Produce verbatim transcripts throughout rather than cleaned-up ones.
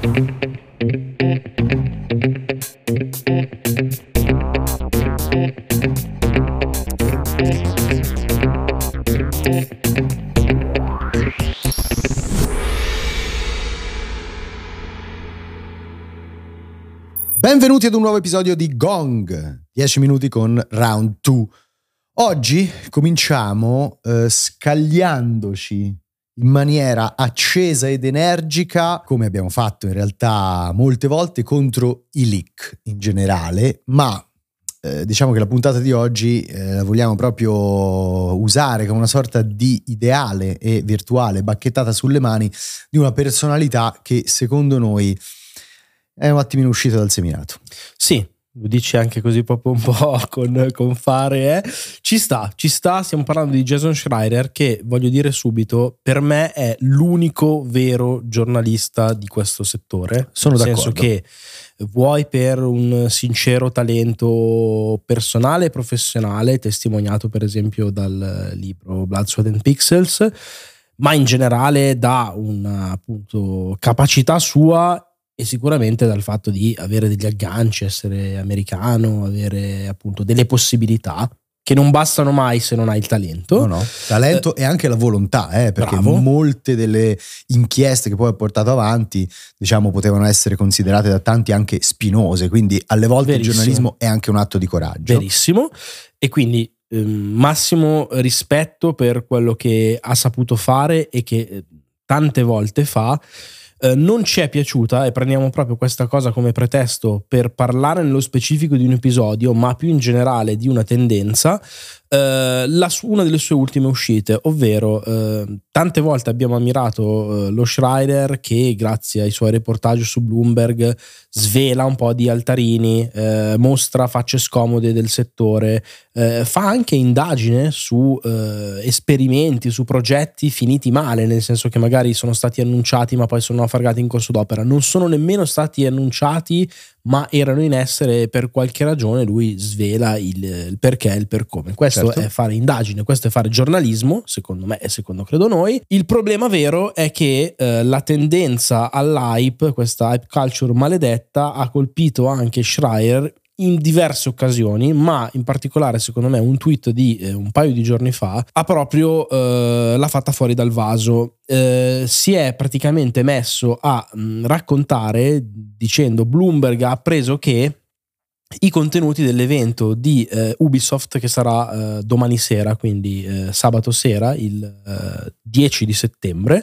Benvenuti ad un nuovo episodio di Gong, dieci minuti con Round due. Oggi cominciamo eh, scagliandoci in maniera accesa ed energica, come abbiamo fatto in realtà molte volte, contro i leak in generale, ma eh, diciamo che la puntata di oggi eh, la vogliamo proprio usare come una sorta di ideale e virtuale bacchettata sulle mani di una personalità che secondo noi è un attimino uscito dal seminato. Sì, lo dici anche così proprio un po' con, con fare, eh? Ci sta, ci sta, stiamo parlando di Jason Schreier che, voglio dire subito, per me è l'unico vero giornalista di questo settore. Sono nel d'accordo. senso che vuoi per un sincero talento personale e professionale, testimoniato per esempio dal libro Blood, Sweat and Pixels, ma in generale da una appunto capacità sua e sicuramente dal fatto di avere degli agganci, essere americano, avere appunto delle possibilità che non bastano mai se non hai il talento. No, no, talento eh, e anche la volontà, eh, perché bravo. Molte delle inchieste che poi ha portato avanti, diciamo, potevano essere considerate da tanti anche spinose, quindi alle volte Verissimo. Il giornalismo è anche un atto di coraggio. Verissimo, e quindi ehm, massimo rispetto per quello che ha saputo fare e che tante volte fa. Uh, non ci è piaciuta, e prendiamo proprio questa cosa come pretesto per parlare nello specifico di un episodio, ma più in generale di una tendenza, uh, la, una delle sue ultime uscite, ovvero uh, tante volte abbiamo ammirato uh, lo Schreier che grazie ai suoi reportage su Bloomberg svela un po' di altarini, uh, mostra facce scomode del settore, uh, fa anche indagine su uh, esperimenti, su progetti finiti male, nel senso che magari sono stati annunciati ma poi sono affargati in corso d'opera, non sono nemmeno stati annunciati ma erano in essere e per qualche ragione lui svela il, il perché e il per come. Questo certo. È fare indagine, questo è fare giornalismo, secondo me e secondo credo noi. Il problema vero è che eh, la tendenza all'hype, questa hype culture maledetta, ha colpito anche Schreier in diverse occasioni, ma in particolare secondo me un tweet di eh, un paio di giorni fa ha proprio eh, l'ha fatta fuori dal vaso. Eh, si è praticamente messo a mh, raccontare dicendo: Bloomberg ha appreso che i contenuti dell'evento di eh, Ubisoft che sarà eh, domani sera, quindi eh, sabato sera, il eh, dieci di settembre,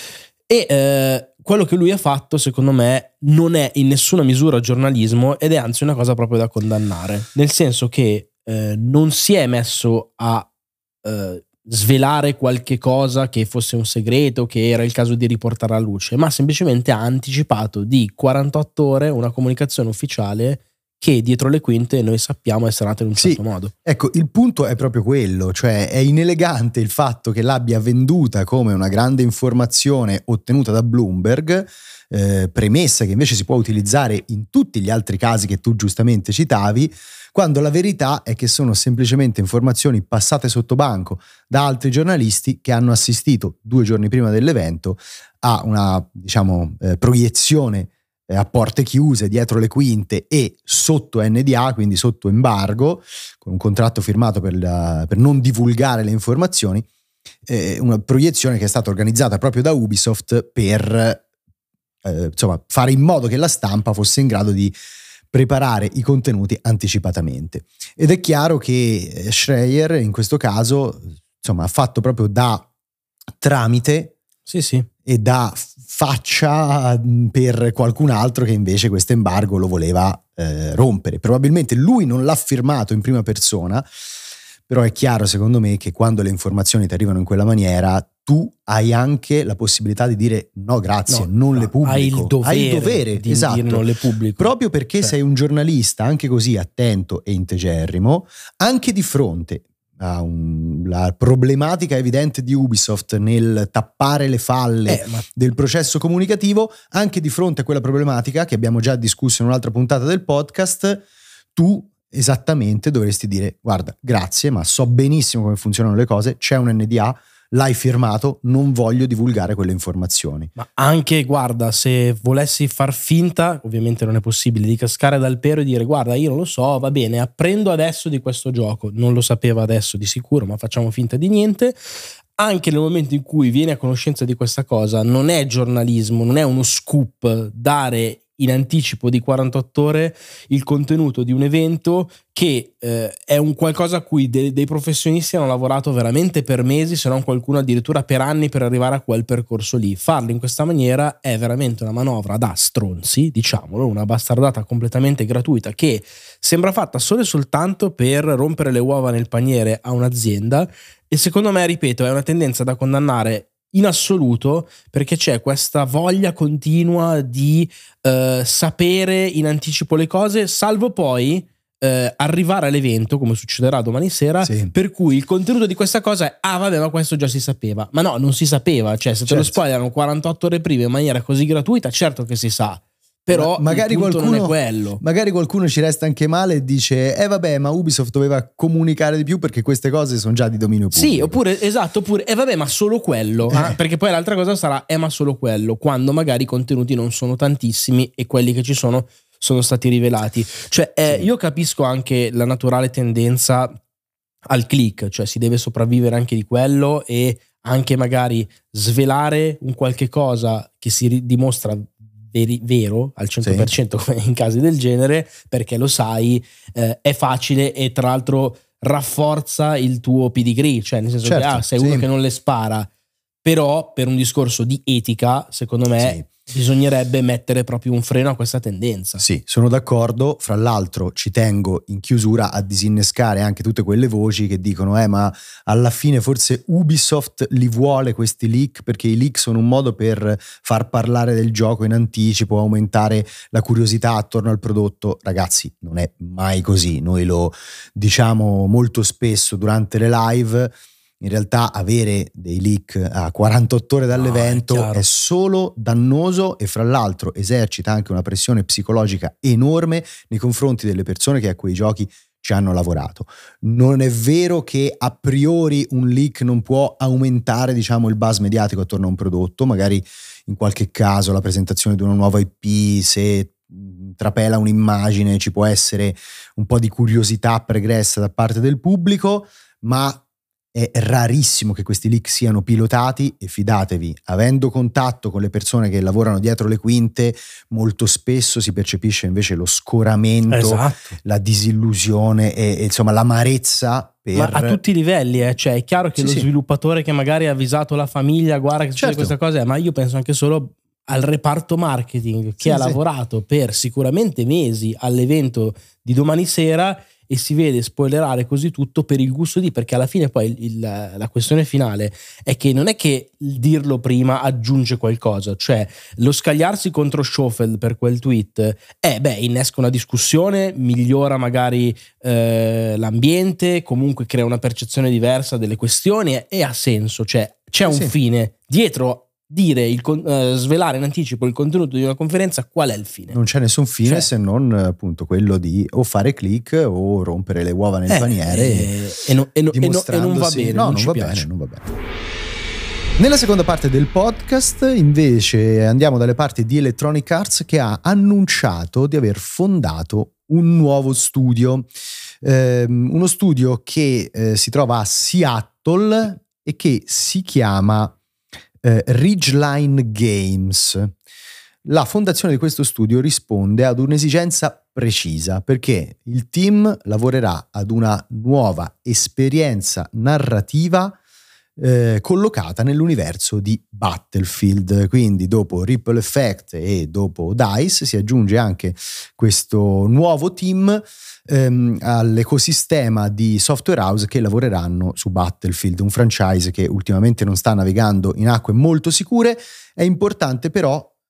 e eh, quello che lui ha fatto secondo me non è in nessuna misura giornalismo ed è anzi una cosa proprio da condannare, nel senso che eh, non si è messo a eh, svelare qualche cosa che fosse un segreto, che era il caso di riportare alla luce, ma semplicemente ha anticipato di quarantotto ore una comunicazione ufficiale che dietro le quinte noi sappiamo essere nata in un certo sì, modo. Ecco, il punto è proprio quello, cioè è inelegante il fatto che l'abbia venduta come una grande informazione ottenuta da Bloomberg, eh, premessa che invece si può utilizzare in tutti gli altri casi che tu giustamente citavi, quando la verità è che sono semplicemente informazioni passate sotto banco da altri giornalisti che hanno assistito due giorni prima dell'evento a una, diciamo, eh, proiezione a porte chiuse, dietro le quinte e sotto N D A, quindi sotto embargo, con un contratto firmato per, la, per non divulgare le informazioni, eh, una proiezione che è stata organizzata proprio da Ubisoft per eh, insomma, fare in modo che la stampa fosse in grado di preparare i contenuti anticipatamente. Ed è chiaro che Schreier in questo caso insomma, ha fatto proprio da tramite sì, sì. e da faccia per qualcun altro che invece questo embargo lo voleva eh, rompere. Probabilmente lui non l'ha firmato in prima persona, però è chiaro secondo me che quando le informazioni ti arrivano in quella maniera tu hai anche la possibilità di dire no grazie, no, non no, le pubblico. Hai il dovere, hai il dovere di esatto, dire non le pubblico. Proprio perché cioè. sei un giornalista anche così attento e integerrimo, anche di fronte a un, la problematica evidente di Ubisoft nel tappare le falle eh, ma... del processo comunicativo, anche di fronte a quella problematica che abbiamo già discusso in un'altra puntata del podcast, tu esattamente dovresti dire guarda grazie ma so benissimo come funzionano le cose, c'è un N D A, l'hai firmato, non voglio divulgare quelle informazioni. Ma anche, guarda, se volessi far finta, ovviamente non è possibile, di cascare dal pero e dire guarda, io non lo so, va bene, apprendo adesso di questo gioco, non lo sapeva adesso di sicuro, ma facciamo finta di niente. Anche nel momento in cui vieni a conoscenza di questa cosa, non è giornalismo, non è uno scoop dare in anticipo di quarantotto ore il contenuto di un evento che eh, è un qualcosa a cui de- dei professionisti hanno lavorato veramente per mesi, se non qualcuno addirittura per anni, per arrivare a quel percorso lì. Farlo in questa maniera è veramente una manovra da stronzi, diciamolo, una bastardata completamente gratuita che sembra fatta solo e soltanto per rompere le uova nel paniere a un'azienda, e secondo me, ripeto, è una tendenza da condannare in assoluto, perché c'è questa voglia continua di eh, sapere in anticipo le cose, salvo poi eh, arrivare all'evento, come succederà domani sera, sì. Per cui il contenuto di questa cosa è ah vabbè, ma questo già si sapeva. Ma no, non si sapeva, cioè se certo. Te lo spoilerano quarantotto ore prima in maniera così gratuita, certo che si sa. Però ma magari, qualcuno, non è quello. magari qualcuno ci resta anche male e dice eh vabbè, ma Ubisoft doveva comunicare di più perché queste cose sono già di dominio pubblico. Sì, oppure esatto, oppure eh vabbè, ma solo quello, eh. Eh, perché poi l'altra cosa sarà eh ma solo quello, quando magari i contenuti non sono tantissimi e quelli che ci sono sono stati rivelati. Cioè eh, sì. Io capisco anche la naturale tendenza al click, cioè si deve sopravvivere anche di quello e anche magari svelare un qualche cosa che si dimostra vero al cento per cento sì. In casi del genere, perché lo sai, eh, è facile e tra l'altro rafforza il tuo pedigree, cioè nel senso certo, che ah, sei sì. uno che non le spara. Però per un discorso di etica, secondo me sì. Bisognerebbe mettere proprio un freno a questa tendenza. Sì, sono d'accordo. Fra l'altro ci tengo in chiusura a disinnescare anche tutte quelle voci che dicono eh ma alla fine forse Ubisoft li vuole questi leak, perché i leak sono un modo per far parlare del gioco in anticipo, aumentare la curiosità attorno al prodotto. Ragazzi, non è mai così, noi lo diciamo molto spesso durante le live. In realtà avere dei leak a quarantotto ore dall'evento no, è, è solo dannoso e fra l'altro esercita anche una pressione psicologica enorme nei confronti delle persone che a quei giochi ci hanno lavorato. Non è vero che a priori un leak non può aumentare, diciamo, il buzz mediatico attorno a un prodotto, magari in qualche caso la presentazione di una nuova I P, se trapela un'immagine ci può essere un po' di curiosità pregressa da parte del pubblico, ma è rarissimo che questi leak siano pilotati e fidatevi, avendo contatto con le persone che lavorano dietro le quinte, molto spesso si percepisce invece lo scoramento, esatto. la disillusione e, e insomma l'amarezza. Per... Ma a tutti i livelli, eh? Cioè è chiaro che sì, lo sì. sviluppatore che magari ha avvisato la famiglia, guarda che succede certo. questa cosa, ma io penso anche solo al reparto marketing che sì, ha sì. lavorato per sicuramente mesi all'evento di domani sera e si vede spoilerare così tutto per il gusto di, perché alla fine poi il, il, la questione finale è che non è che il dirlo prima aggiunge qualcosa, cioè lo scagliarsi contro Schofield per quel tweet eh beh innesca una discussione, migliora magari eh, l'ambiente, comunque crea una percezione diversa delle questioni e, e ha senso, cioè c'è un sì. fine dietro. Dire il uh, svelare in anticipo il contenuto di una conferenza, qual è il fine? Non c'è nessun fine cioè, se non appunto quello di o fare click o rompere le uova nel eh, paniere eh, e, no, e, no, e, no, e non va bene, no, non, non, ci va piace. bene, non va bene. Nella seconda parte del podcast invece andiamo dalle parti di Electronic Arts, che ha annunciato di aver fondato un nuovo studio, eh, uno studio che eh, si trova a Seattle e che si chiama Uh, Ridgeline Games. La fondazione di questo studio risponde ad un'esigenza precisa, perché il team lavorerà ad una nuova esperienza narrativa eh, collocata nell'universo di Battlefield. Quindi dopo Ripple Effect e dopo DICE si aggiunge anche questo nuovo team ehm, all'ecosistema di software house che lavoreranno su Battlefield, un franchise che ultimamente non sta navigando in acque molto sicure. È importante però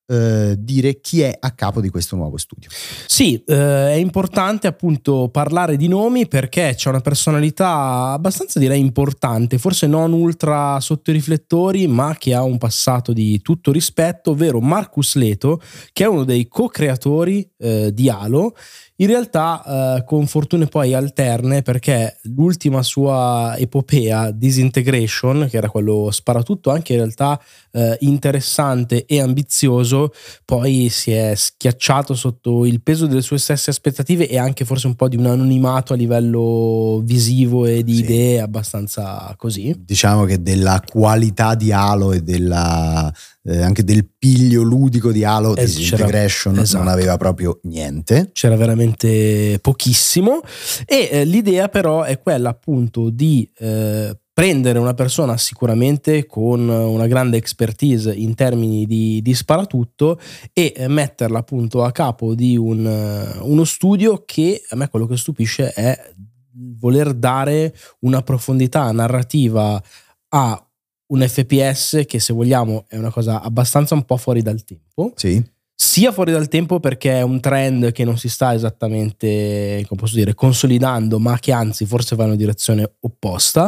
eh, dire chi è a capo di questo nuovo studio. Sì, eh, è importante appunto parlare di nomi perché c'è una personalità abbastanza direi importante, forse non ultra sotto i riflettori, ma che ha un passato di tutto rispetto, ovvero Marcus Leto, che è uno dei co-creatori eh, di Halo. In realtà eh, con fortune poi alterne, perché l'ultima sua epopea, Disintegration, che era quello sparatutto anche in realtà eh, interessante e ambizioso, poi si è schiacciato sotto il peso delle sue stesse aspettative e anche forse un po' di un anonimato a livello visivo e di sì. idee abbastanza così. Diciamo che della qualità di Halo e della eh, anche del piglio ludico di Halo, es- Disintegration esatto. non aveva proprio niente. C'era veramente pochissimo e eh, l'idea però è quella appunto di eh, prendere una persona sicuramente con una grande expertise in termini di, di sparatutto e eh, metterla appunto a capo di un, uh, uno studio che a me quello che stupisce è voler dare una profondità narrativa a un F P S che, se vogliamo, è una cosa abbastanza un po' fuori dal tempo. Sì. Sia fuori dal tempo perché è un trend che non si sta esattamente, come posso dire, consolidando, ma che anzi forse va in una direzione opposta,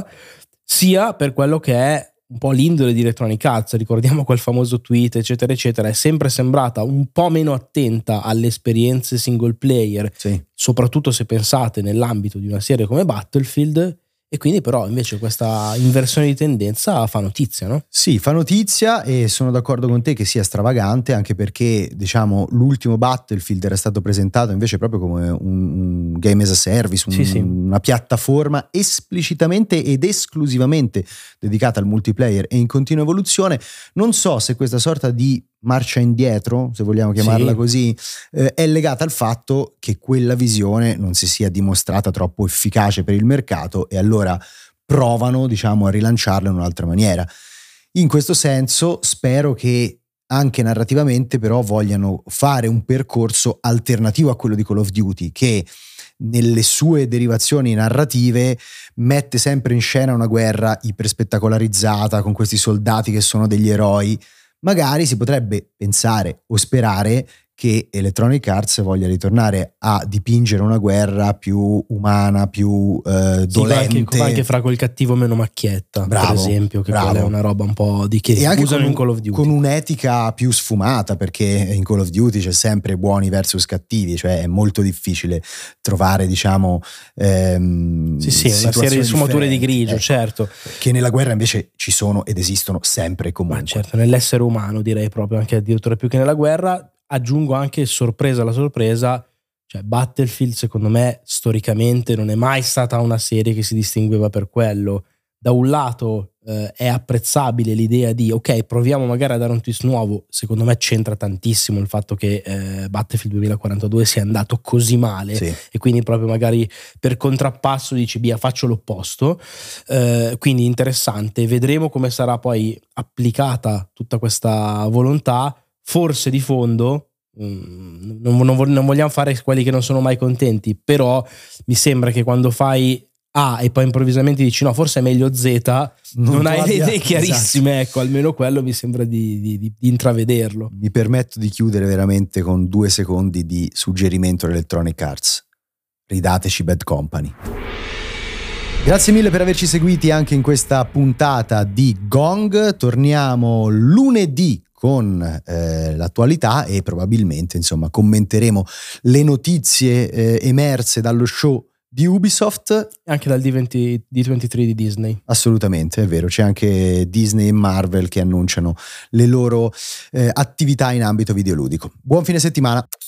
sia per quello che è un po' l'indole di Electronic Arts. Ricordiamo quel famoso tweet eccetera eccetera, è sempre sembrata un po' meno attenta alle esperienze single player, sì. soprattutto se pensate nell'ambito di una serie come Battlefield. E quindi però invece questa inversione di tendenza fa notizia, no? Sì, fa notizia e sono d'accordo con te che sia stravagante, anche perché diciamo l'ultimo Battlefield era stato presentato invece proprio come un, un game as a service, un, sì, sì. una piattaforma esplicitamente ed esclusivamente dedicata al multiplayer e in continua evoluzione. Non so se questa sorta di marcia indietro, se vogliamo chiamarla sì. così, eh, è legata al fatto che quella visione non si sia dimostrata troppo efficace per il mercato e allora provano, diciamo, a rilanciarla in un'altra maniera. In questo senso spero che anche narrativamente però vogliano fare un percorso alternativo a quello di Call of Duty, che nelle sue derivazioni narrative mette sempre in scena una guerra iperspettacolarizzata con questi soldati che sono degli eroi. Magari si potrebbe pensare o sperare che Electronic Arts voglia ritornare a dipingere una guerra più umana, più eh, dolente. Sì, anche fra quel cattivo meno macchietta, bravo, per esempio, che bravo. quella è una roba un po' di che e anche usano con, in Call of Duty. Con un'etica più sfumata, perché in Call of Duty c'è sempre buoni versus cattivi, cioè è molto difficile trovare, diciamo, ehm, sì, sì, una serie di sfumature di grigio, ecco, certo. Che nella guerra invece ci sono ed esistono sempre e comunque. Ma certo, nell'essere umano direi proprio, anche addirittura più che nella guerra. Aggiungo anche, sorpresa alla sorpresa, cioè Battlefield secondo me storicamente non è mai stata una serie che si distingueva per quello. Da un lato eh, è apprezzabile l'idea di ok, proviamo magari a dare un twist nuovo. Secondo me c'entra tantissimo il fatto che eh, Battlefield duemilaquarantadue sia andato così male, sì. e quindi proprio magari per contrappasso dici via, faccio l'opposto. Eh, quindi interessante, vedremo come sarà poi applicata tutta questa volontà. Forse di fondo, non, non, non vogliamo fare quelli che non sono mai contenti, però mi sembra che quando fai A e poi improvvisamente dici no, forse è meglio Z, non, non hai le idee chiarissime, esatto. Ecco, almeno quello mi sembra di, di, di intravederlo. Mi permetto di chiudere veramente con due secondi di suggerimento all'Electronic Arts: ridateci Bad Company. Grazie mille per averci seguiti anche in questa puntata di Gong. Torniamo lunedì con eh, l'attualità e probabilmente insomma commenteremo le notizie eh, emerse dallo show di Ubisoft, anche dal D venti, D ventitré di Disney. Assolutamente, è vero, c'è anche Disney e Marvel che annunciano le loro eh, attività in ambito videoludico. Buon fine settimana.